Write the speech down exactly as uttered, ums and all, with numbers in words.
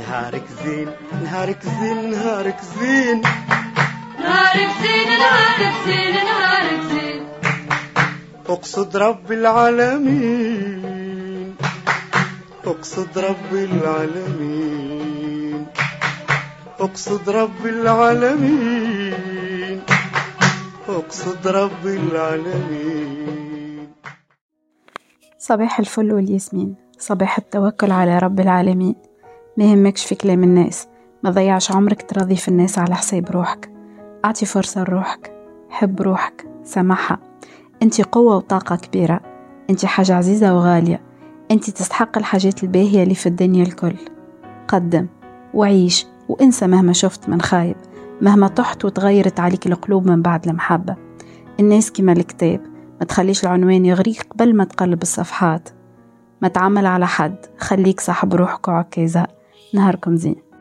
نهارك زين نهارك زين نهارك زين نهارك زين نهارك زين نهارك زين. اقصد رب العالمين اقصد رب العالمين اقصد رب العالمين اقصد رب العالمين. صباح الفل والياسمين، صباح التوكل على رب العالمين. ما يهمكش في كلام الناس، ما ضيعش عمرك ترضي في الناس على حساب روحك. اعطي فرصة لروحك، حب روحك، سامحها. انتي قوة وطاقة كبيرة، انتي حاجة عزيزة وغالية، انتي تستحق الحاجات الباهية اللي في الدنيا الكل. قدم وعيش وانسى مهما شفت من خايب، مهما طحت وتغيرت عليك القلوب من بعد المحبة. الناس كما الكتاب، ما تخليش العنوان يغريك قبل ما تقلب الصفحات. ما تعمل على حد، خليك صاحب روحك وعكازها. نهاركم زين.